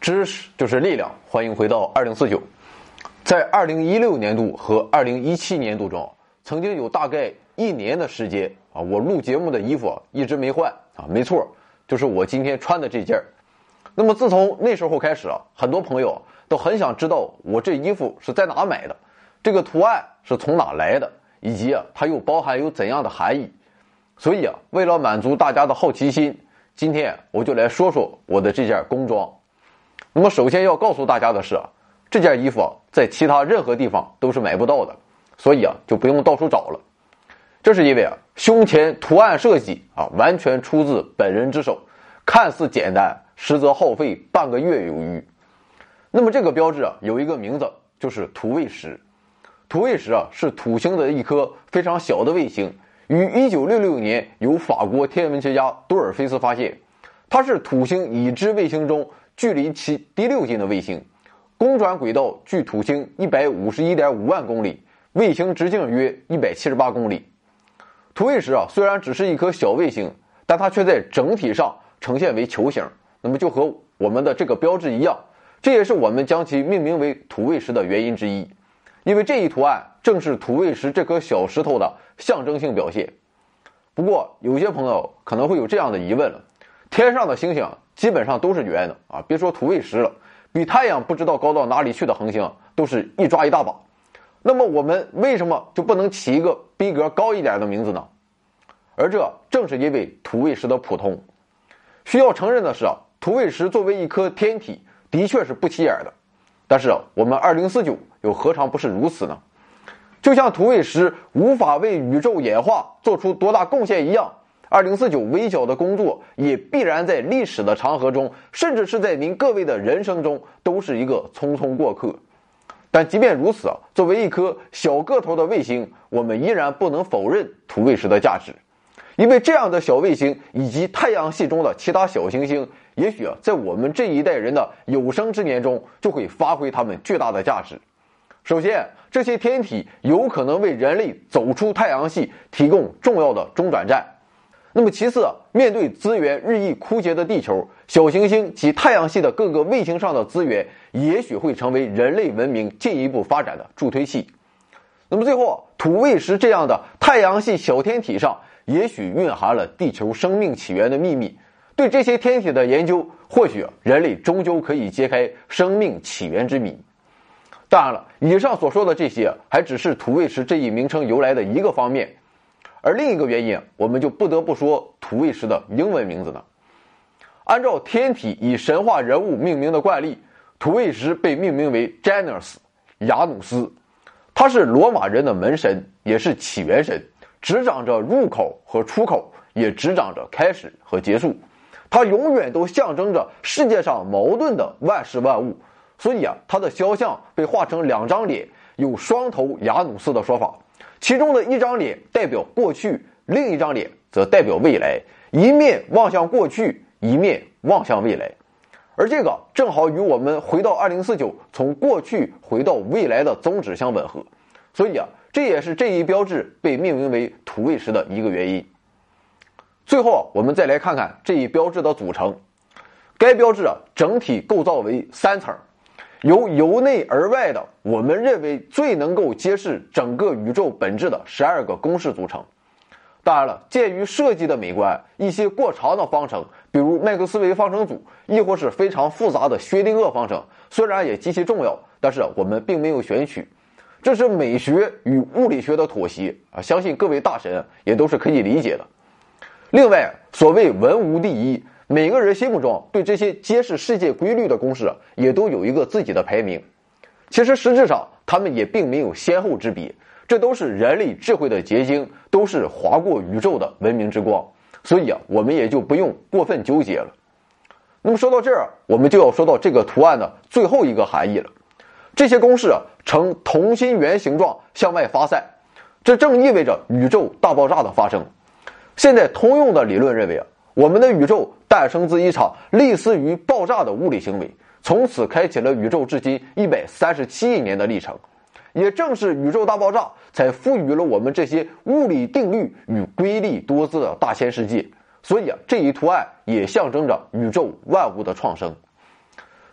知识就是力量，欢迎回到2049。在2016年度和2017年度中，曾经有大概1年的时间我录节目的衣服一直没换没错，就是我今天穿的这件。那么自从那时候开始很多朋友都很想知道我这衣服是在哪买的，这个图案是从哪来的，以及它又包含有怎样的含义。所以为了满足大家的好奇心，今天我就来说说我的这件工装。那么首先要告诉大家的是这件衣服在其他任何地方都是买不到的，所以就不用到处找了。这是因为胸前图案设计完全出自本人之手，看似简单，实则耗费半个月有余。那么这个标志有一个名字，就是土卫十。土卫十是土星的一颗非常小的卫星，于1966年由法国天文学家多尔菲斯发现。它是土星已知卫星中距离其第6近的卫星，公转轨道距土星 151.5 万公里，卫星直径约178公里。土卫十虽然只是一颗小卫星，但它却在整体上呈现为球形，那么就和我们的这个标志一样，这也是我们将其命名为土卫十的原因之一。因为这一图案正是土卫十这颗小石头的象征性表现。不过有些朋友可能会有这样的疑问了，天上的星星基本上都是圆的别说土卫十了，比太阳不知道高到哪里去的恒星都是一抓一大把。那么我们为什么就不能起一个逼格高一点的名字呢？而这正是因为土卫十的普通。需要承认的是土卫十作为一颗天体的确是不起眼的，但是我们2049又何尝不是如此呢？就像土卫十无法为宇宙演化做出多大贡献一样，2049微小的工作也必然在历史的长河中，甚至是在您各位的人生中都是一个匆匆过客。但即便如此作为一颗小个头的卫星，我们依然不能否认土卫十的价值。因为这样的小卫星以及太阳系中的其他小行星，也许在我们这一代人的有生之年中就会发挥它们巨大的价值。首先，这些天体有可能为人类走出太阳系提供重要的中转站。那么其次，面对资源日益枯竭的地球，小行星及太阳系的各个卫星上的资源也许会成为人类文明进一步发展的助推器。那么最后，土卫十这样的太阳系小天体上也许蕴含了地球生命起源的秘密。对这些天体的研究，或许人类终究可以揭开生命起源之谜。当然了，以上所说的这些还只是土卫十这一名称由来的一个方面，而另一个原因我们就不得不说土卫十的英文名字呢。按照天体以神话人物命名的惯例，土卫十被命名为 Janus 雅努斯。他是罗马人的门神，也是起源神，执掌着入口和出口，也执掌着开始和结束。他永远都象征着世界上矛盾的万事万物，所以他的肖像被画成2张脸，有双头雅努斯的说法。其中的一张脸代表过去，另一张脸则代表未来，一面望向过去，一面望向未来。而这个正好与我们回到2049从过去回到未来的宗旨相吻合，所以这也是这一标志被命名为土卫十的一个原因。最后我们再来看看这一标志的组成。该标志整体构造为3层，由内而外的我们认为最能够揭示整个宇宙本质的12个公式组成。当然了，鉴于设计的美观，一些过长的方程，比如麦克斯韦方程组，亦或是非常复杂的薛定谔方程，虽然也极其重要，但是我们并没有选取。这是美学与物理学的妥协相信各位大神也都是可以理解的。另外，所谓文无第一，每个人心目中对这些揭示世界规律的公式也都有一个自己的排名。其实实质上他们也并没有先后之别，这都是人类智慧的结晶，都是划过宇宙的文明之光，所以我们也就不用过分纠结了。那么说到这儿，我们就要说到这个图案的最后一个含义了。这些公式呈同心圆形状向外发散，这正意味着宇宙大爆炸的发生。现在通用的理论认为我们的宇宙诞生自一场类似于爆炸的物理行为，从此开启了宇宙至今137亿年的历程。也正是宇宙大爆炸才赋予了我们这些物理定律与瑰丽多姿的大千世界，所以这一图案也象征着宇宙万物的创生。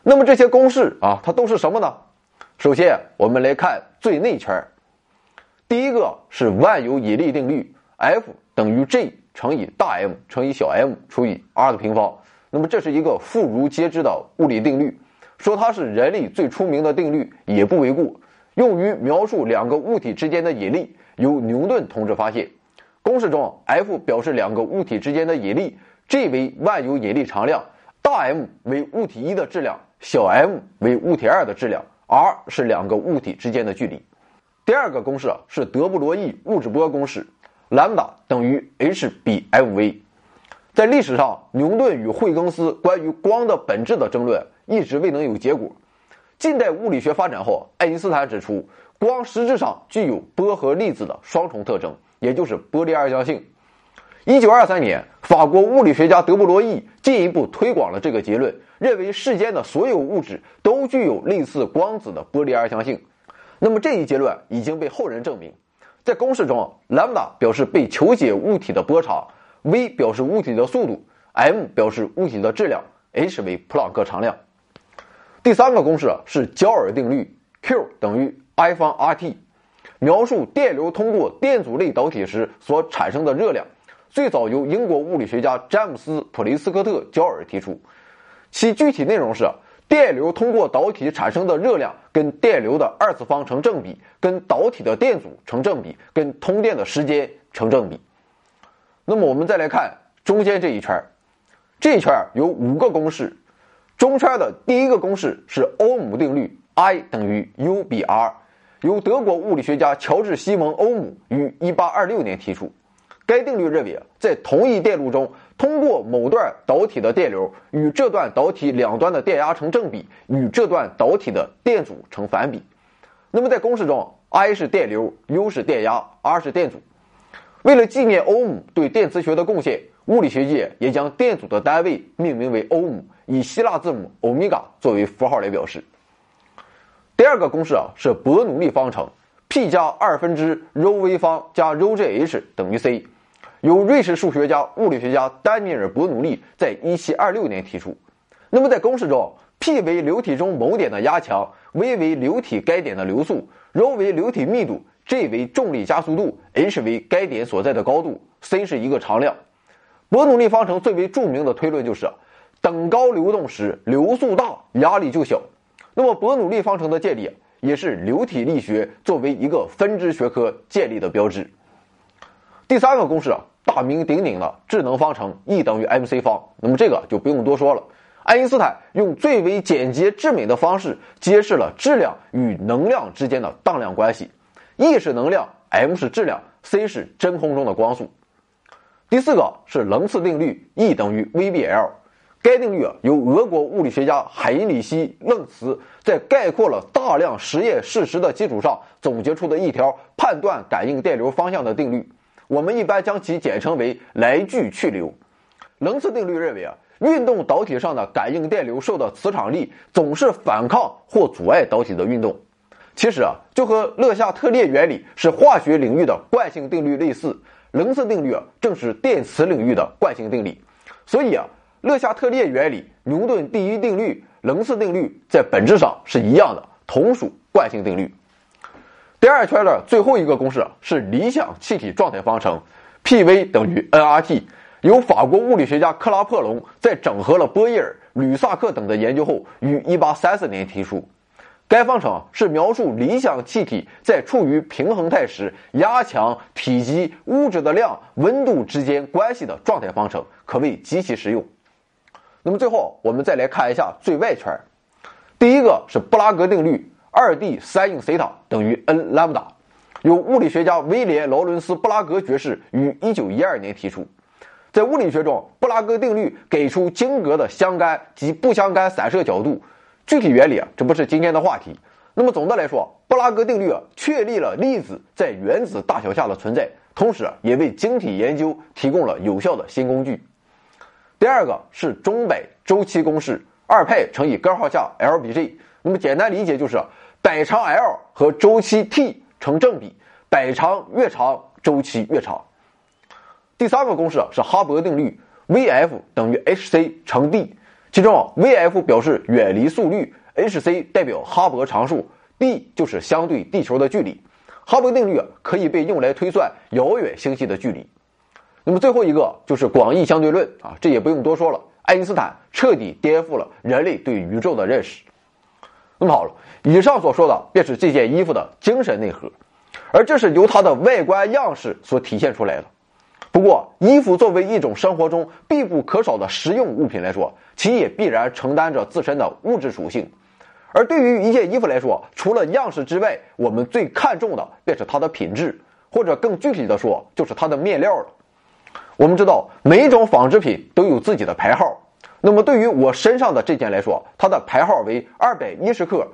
那么这些公式啊，它都是什么呢？首先我们来看最内圈，第一个是万有引力定律 F 等于 G 乘以大 M 乘以小 m 除以 r 的平方。那么这是一个妇孺皆知的物理定律，说它是人类最出名的定律也不为过，用于描述两个物体之间的引力，由牛顿同志发现。公式中 F 表示两个物体之间的引力， G 为万有引力常量，大 M 为物体1的质量，小 m 为物体2的质量， r 是两个物体之间的距离。第二个公式是德布罗意物质波公式，兰姆达等于 h 比 mv。 在历史上，牛顿与惠更斯关于光的本质的争论一直未能有结果。近代物理学发展后，爱因斯坦指出，光实质上具有波和粒子的双重特征，也就是波粒二象性。1923年，法国物理学家德布罗意进一步推广了这个结论，认为世间的所有物质都具有类似光子的波粒二象性。那么这一结论已经被后人证明。在公式中，兰姆达表示被求解物体的波长， v 表示物体的速度， m 表示物体的质量， h 为普朗克常量。第三个公式是焦耳定律 Q 等于 I 方 RT， 描述电流通过电阻类导体时所产生的热量，最早由英国物理学家詹姆斯·普雷斯科特焦耳提出。其具体内容是，电流通过导体产生的热量跟电流的二次方成正比，跟导体的电阻成正比，跟通电的时间成正比。那么我们再来看中间这一圈，这一圈有5个公式。中圈的第一个公式是欧姆定律 I 等于 U 比 R， 由德国物理学家乔治·西蒙·欧姆于1826年提出。该定律认为，在同一电路中，通过某段导体的电流与这段导体两端的电压成正比，与这段导体的电阻成反比。那么在公式中， I 是电流， U 是电压， R 是电阻。为了纪念欧姆对电磁学的贡献，物理学界也将电阻的单位命名为欧姆，以希腊字母欧米伽作为符号来表示。第二个公式是伯努利方程 P 加2/ρv方加ρgh等于 c， 由瑞士数学家、物理学家丹尼尔·伯努利在1726年提出。那么在公式中， P 为流体中某点的压强， V 为流体该点的流速， ρ 为流体密度， G 为重力加速度， H 为该点所在的高度， C 是一个常量。伯努利方程最为著名的推论就是，等高流动时流速大，压力就小。那么伯努利方程的建立也是流体力学作为一个分支学科建立的标志。第三个公式，大名鼎鼎的智能方程 E 等于 mc 方，那么这个就不用多说了。爱因斯坦用最为简洁致美的方式揭示了质量与能量之间的当量关系， E 是能量， m 是质量， c 是真空中的光速。第四个是楞次定律 E 等于 VBL， 该定律由俄国物理学家海因里希·楞茨在概括了大量实验事实的基础上总结出的一条判断感应电流方向的定律，我们一般将其简称为来距去留。楞次定律认为，运动导体上的感应电流受到磁场力总是反抗或阻碍导体的运动。其实就和勒夏特列原理是化学领域的惯性定律类似，楞次定律正是电磁领域的惯性定理。所以勒夏特列原理、牛顿第一定律、楞次定律在本质上是一样的，同属惯性定律。第二圈的最后一个公式是理想气体状态方程 PV 等于 nRT， 由法国物理学家克拉珀龙在整合了波义尔、吕萨克等的研究后于1834年提出。该方程是描述理想气体在处于平衡态时压强、体积、物质的量、温度之间关系的状态方程，可谓极其实用。那么最后我们再来看一下最外圈，第一个是布拉格定律 2D sin 西塔等于 n 兰姆达，由物理学家威廉·劳伦斯·布拉格爵士于1912年提出。在物理学中，布拉格定律给出晶格的相干及不相干散射角度，具体原理这不是今天的话题。那么总的来说，布拉格定律确立了粒子在原子大小下的存在，同时也为晶体研究提供了有效的新工具。第二个是钟摆周期公式2派乘以根号下 L 比 G， 那么简单理解就是摆长 L 和周期 T 成正比，摆长越长，周期越长。第三个公式是哈勃定律 VF 等于 hc 乘 d， 其中 VF 表示远离速率， HC 代表哈勃常数， d 就是相对地球的距离。哈勃定律可以被用来推算遥远星系的距离。那么最后一个就是广义相对论这也不用多说了，爱因斯坦彻底颠覆了人类对宇宙的认识。那么好了，以上所说的便是这件衣服的精神内核，而这是由它的外观样式所体现出来的。不过衣服作为一种生活中必不可少的实用物品来说，其也必然承担着自身的物质属性。而对于一件衣服来说，除了样式之外，我们最看重的便是它的品质，或者更具体的说，就是它的面料了。我们知道每一种纺织品都有自己的牌号，那么对于我身上的这件来说，它的牌号为210克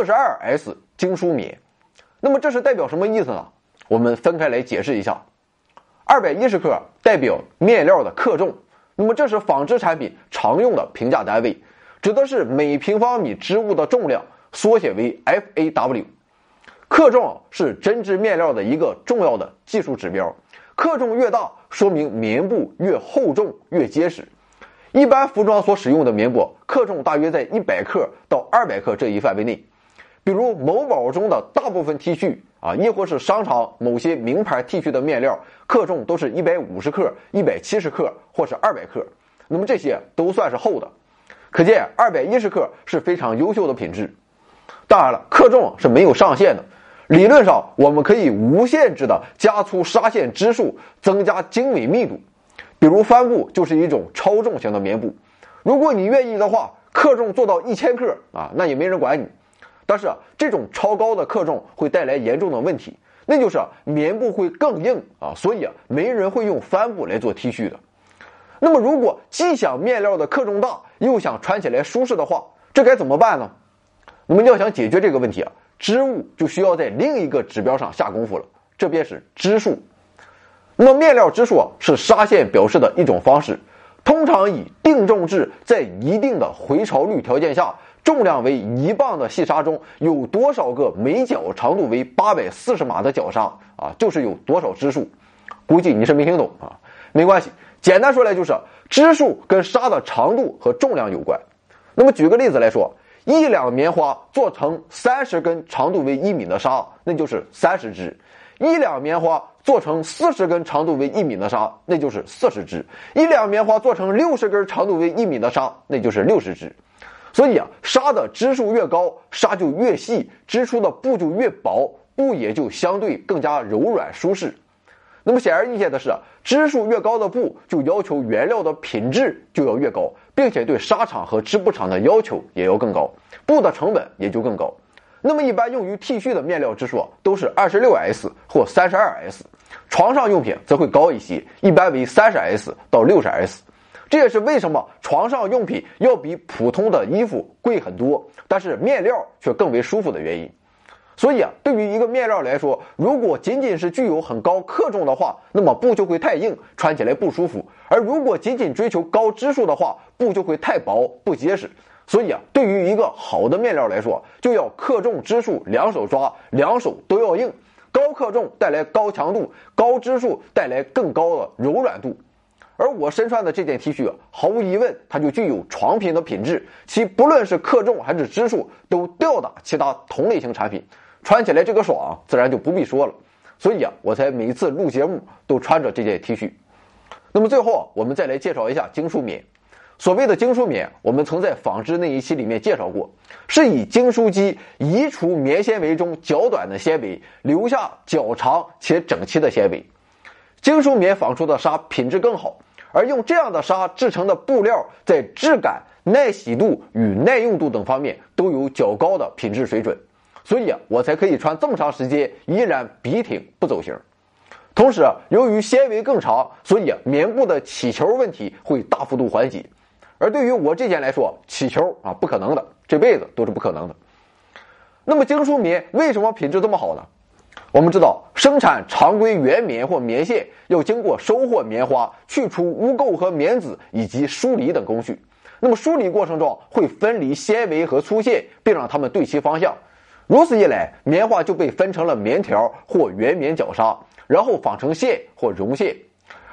42S 精梳棉。那么这是代表什么意思呢？我们分开来解释一下。210克代表面料的克重，那么这是纺织产品常用的评价单位，指的是每平方米织物的重量，缩写为 FAW。 克重是针织面料的一个重要的技术指标，克重越大，说明棉布越厚重越结实。一般服装所使用的棉布克重大约在100克到200克这一范围内，比如某宝中的大部分 T 恤亦或是商场某些名牌 T 恤的面料克重都是150克、170克或是200克，那么这些都算是厚的，可见210克是非常优秀的品质。当然了，克重是没有上限的，理论上我们可以无限制的加粗纱线支数，增加精美密度。比如帆布就是一种超重型的棉布，如果你愿意的话，克重做到1000克那也没人管你。但是这种超高的克重会带来严重的问题，那就是棉布会更硬所以没人会用帆布来做 T 恤的。那么如果既想面料的克重大，又想穿起来舒适的话，这该怎么办呢？那么要想解决这个问题织物就需要在另一个指标上下功夫了，这便是织数。那么面料织数是纱线表示的一种方式，通常以定重制，在一定的回潮率条件下，重量为1磅的细纱中有多少个每角长度为840码的角纱就是有多少织数。估计你是没听懂没关系，简单说来就是织数跟纱的长度和重量有关。那么举个例子来说，1两棉花做成30根长度为1米的纱，那就是30织；1两棉花做成40根长度为1米的纱，那就是40织；1两棉花做成60根长度为1米的纱，那就是60织。所以纱的织数越高，纱就越细，织出的布就越薄，布也就相对更加柔软舒适。那么显而易见的是，织数越高的布就要求原料的品质就要越高，并且对纱厂和织布厂的要求也要更高，布的成本也就更高。那么一般用于 T 恤的面料织数都是 26S 或 32S， 床上用品则会高一些，一般为 30S 到 60S。 这也是为什么床上用品要比普通的衣服贵很多，但是面料却更为舒服的原因。所以对于一个面料来说，如果仅仅是具有很高克重的话，那么布就会太硬，穿起来不舒服；而如果仅仅追求高织数的话，布就会太薄，不结实。所以对于一个好的面料来说，就要克重织数两手抓，两手都要硬。高克重带来高强度，高织数带来更高的柔软度。而我身穿的这件 T 恤毫无疑问它就具有床品的品质，其不论是克重还是织数都吊打其他同类型产品，穿起来这个爽自然就不必说了。所以我才每次录节目都穿着这件 T 恤。那么最后我们再来介绍一下精梳棉。所谓的精梳棉，我们曾在纺织那一期里面介绍过，是以精梳机移除棉纤维中较短的纤维，留下较长且整齐的纤维。精梳棉纺出的纱品质更好，而用这样的纱制成的布料在质感、耐洗度与耐用度等方面都有较高的品质水准，所以我才可以穿这么长时间依然笔挺不走形。同时由于纤维更长，所以棉布的起球问题会大幅度缓解。而对于我这件来说，起球不可能的，这辈子都是不可能的。那么精梳棉为什么品质这么好呢？我们知道生产常规原棉或棉线要经过收获棉花、去除污垢和棉籽以及梳理等工序。那么梳理过程中会分离纤维和粗线，并让它们对齐方向。如此一来，棉花就被分成了棉条或原棉绞纱，然后纺成线或绒线。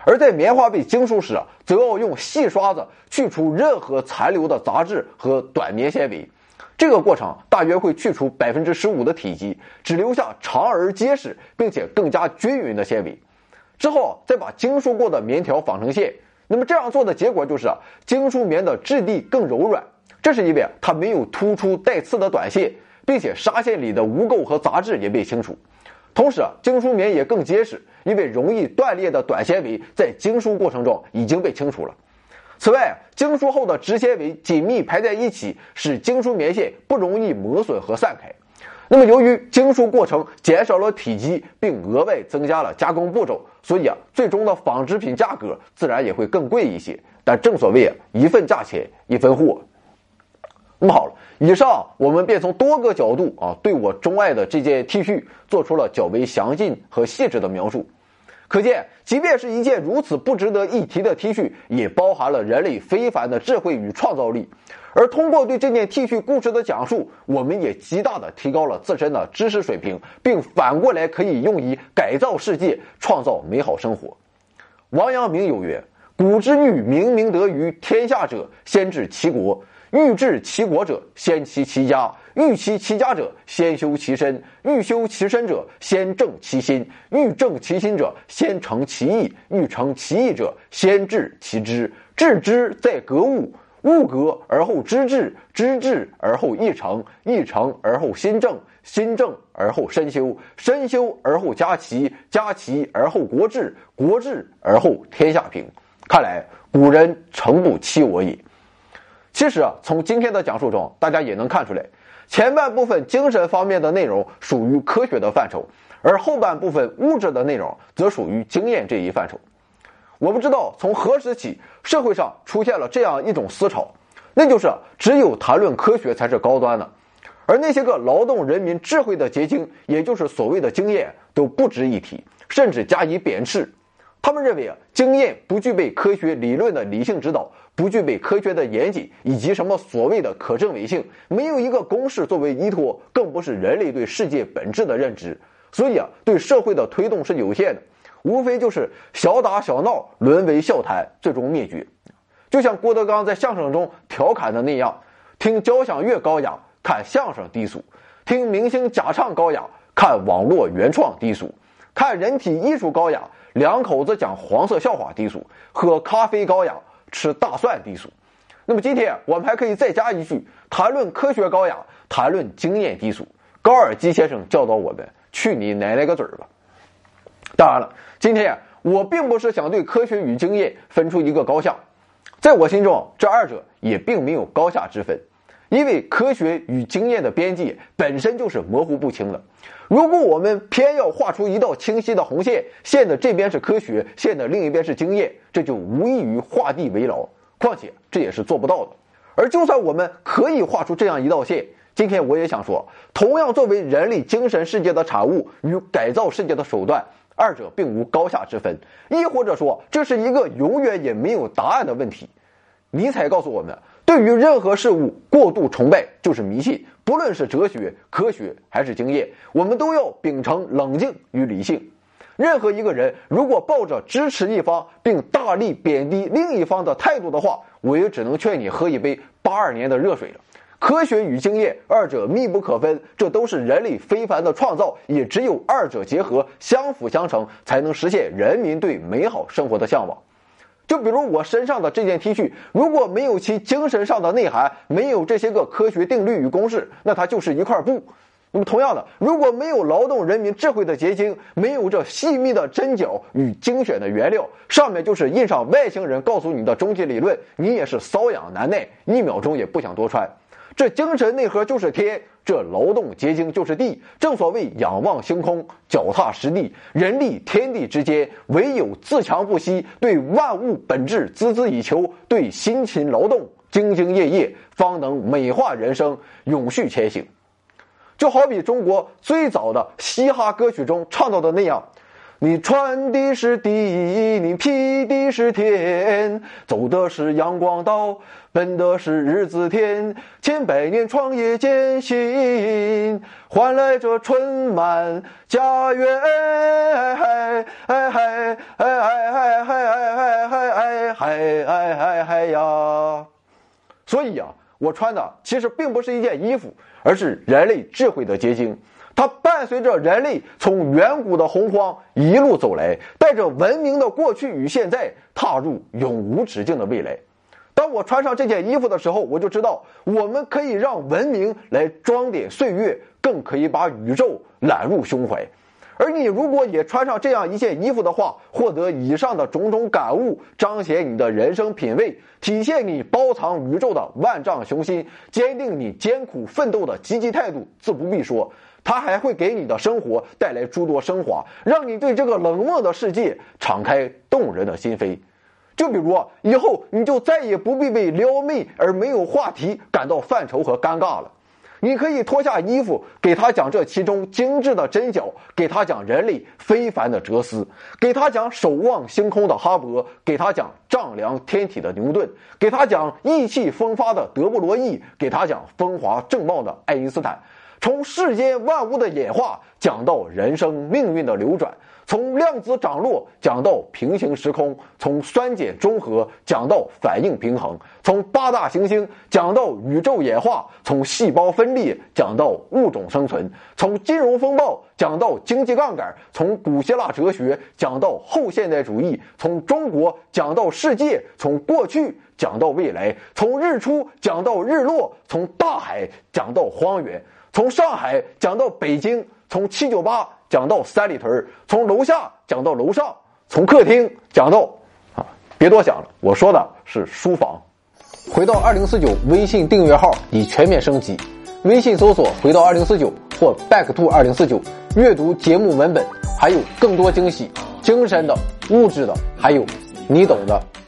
而在棉花被精梳时，则要用细刷子去除任何残留的杂质和短棉纤维。这个过程大约会去除15%的体积，只留下长而结实并且更加均匀的纤维。之后再把精梳过的棉条纺成线。那么这样做的结果就是精梳棉的质地更柔软，这是因为它没有突出带刺的短线，并且纱线里的污垢和杂质也被清除。同时精梳棉也更结实，因为容易断裂的短纤维在精梳过程中已经被清除了。此外，精梳后的直纤维紧密排在一起，使精梳棉线不容易磨损和散开。那么由于精梳过程减少了体积，并额外增加了加工步骤，所以最终的纺织品价格自然也会更贵一些。但正所谓一份价钱一分货。那么好了，以上我们便从多个角度对我钟爱的这件 T 恤做出了较为详尽和细致的描述。可见，即便是一件如此不值得一提的 T 恤，也包含了人类非凡的智慧与创造力。而通过对这件 T 恤故事的讲述，我们也极大地提高了自身的知识水平，并反过来可以用以改造世界，创造美好生活。王阳明有曰：“古之欲明明德于天下者，先治其国；欲治其国者，先齐其家；欲齐其家者，先修其身；欲修其身者，先正其心；欲正其心者，先诚其意；欲诚其意者，先治其知。治之在格物。物格而后知至，知至而后意诚，意诚而后心正，心正而后身修，身修而后家齐，家齐而后国治，国治而后天下平。”看来古人诚不欺我也。其实从今天的讲述中，大家也能看出来，前半部分精神方面的内容属于科学的范畴，而后半部分物质的内容则属于经验这一范畴。我不知道从何时起，社会上出现了这样一种思潮，那就是只有谈论科学才是高端的，而那些个劳动人民智慧的结晶，也就是所谓的经验，都不值一提，甚至加以贬斥。他们认为经验不具备科学理论的理性指导，不具备科学的严谨，以及什么所谓的可证伪性，没有一个公式作为依托，更不是人类对世界本质的认知，所以对社会的推动是有限的，无非就是小打小闹，沦为笑谈，最终灭绝。就像郭德纲在相声中调侃的那样，听交响乐高雅，看相声低俗；听明星假唱高雅，看网络原创低俗；看人体艺术高雅，两口子讲黄色笑话低俗；喝咖啡高雅，吃大蒜低俗。那么今天我们还可以再加一句，谈论科学高雅，谈论经验低俗。高尔基先生教导我们，去你奶奶个嘴吧。当然了，今天我并不是想对科学与经验分出一个高下，在我心中这二者也并没有高下之分，因为科学与经验的边界本身就是模糊不清的。如果我们偏要画出一道清晰的红线，线的这边是科学，线的另一边是经验，这就无异于画地为牢，况且这也是做不到的。而就算我们可以画出这样一道线，今天我也想说，同样作为人类精神世界的产物与改造世界的手段，二者并无高下之分，亦或者说这是一个永远也没有答案的问题。尼采告诉我们，对于任何事物过度崇拜就是迷信，不论是哲学、科学还是经验，我们都要秉承冷静与理性。任何一个人如果抱着支持一方并大力贬低另一方的态度的话，我也只能劝你喝一杯82年的热水了。科学与经验二者密不可分，这都是人类非凡的创造，也只有二者结合，相辅相成，才能实现人民对美好生活的向往。就比如我身上的这件 T 恤，如果没有其精神上的内涵，没有这些个科学定律与公式，那它就是一块布。那么同样的，如果没有劳动人民智慧的结晶，没有这细密的针脚与精选的原料，上面就是印上外星人告诉你的终极理论，你也是瘙痒难耐，1秒钟也不想多穿。这精神内核就是天，这劳动结晶就是地。正所谓仰望星空，脚踏实地，人力天地之间，唯有自强不息，对万物本质孜孜以求，对辛勤劳动兢兢业业，方能美化人生，永续前行。就好比中国最早的嘻哈歌曲中唱到的那样， 你穿的是地，你披的是天，走的是阳光道，奔的是日子天。千百年创业艰辛，换来这春满家园。呀！所以啊，我穿的其实并不是一件衣服，而是人类智慧的结晶。它伴随着人类从远古的洪荒一路走来，带着文明的过去与现在，踏入永无止境的未来。当我穿上这件衣服的时候，我就知道我们可以让文明来装点岁月，更可以把宇宙揽入胸怀。而你如果也穿上这样一件衣服的话，获得以上的种种感悟，彰显你的人生品味，体现你包藏宇宙的万丈雄心，坚定你艰苦奋斗的积极态度，自不必说，它还会给你的生活带来诸多升华，让你对这个冷漠的世界敞开动人的心扉。就比如以后你就再也不必为撩妹而没有话题感到犯愁和尴尬了。你可以脱下衣服，给他讲这其中精致的针脚，给他讲人类非凡的哲思，给他讲守望星空的哈勃，给他讲丈量天体的牛顿，给他讲意气风发的德布罗意，给他讲风华正茂的爱因斯坦。从世间万物的演化讲到人生命运的流转，从量子涨落讲到平行时空，从酸碱中和讲到反应平衡，从八大行星讲到宇宙演化，从细胞分裂讲到物种生存，从金融风暴讲到经济杠杆，从古希腊哲学讲到后现代主义，从中国讲到世界，从过去讲到未来，从日出讲到日落，从大海讲到荒原，从上海讲到北京，从798讲到三里屯，从楼下讲到楼上，从客厅讲到别多想了，我说的是书房。回到2049微信订阅号已全面升级，微信搜索回到2049或 back to 2049，阅读节目文本，还有更多惊喜，精神的、物质的，还有你懂的。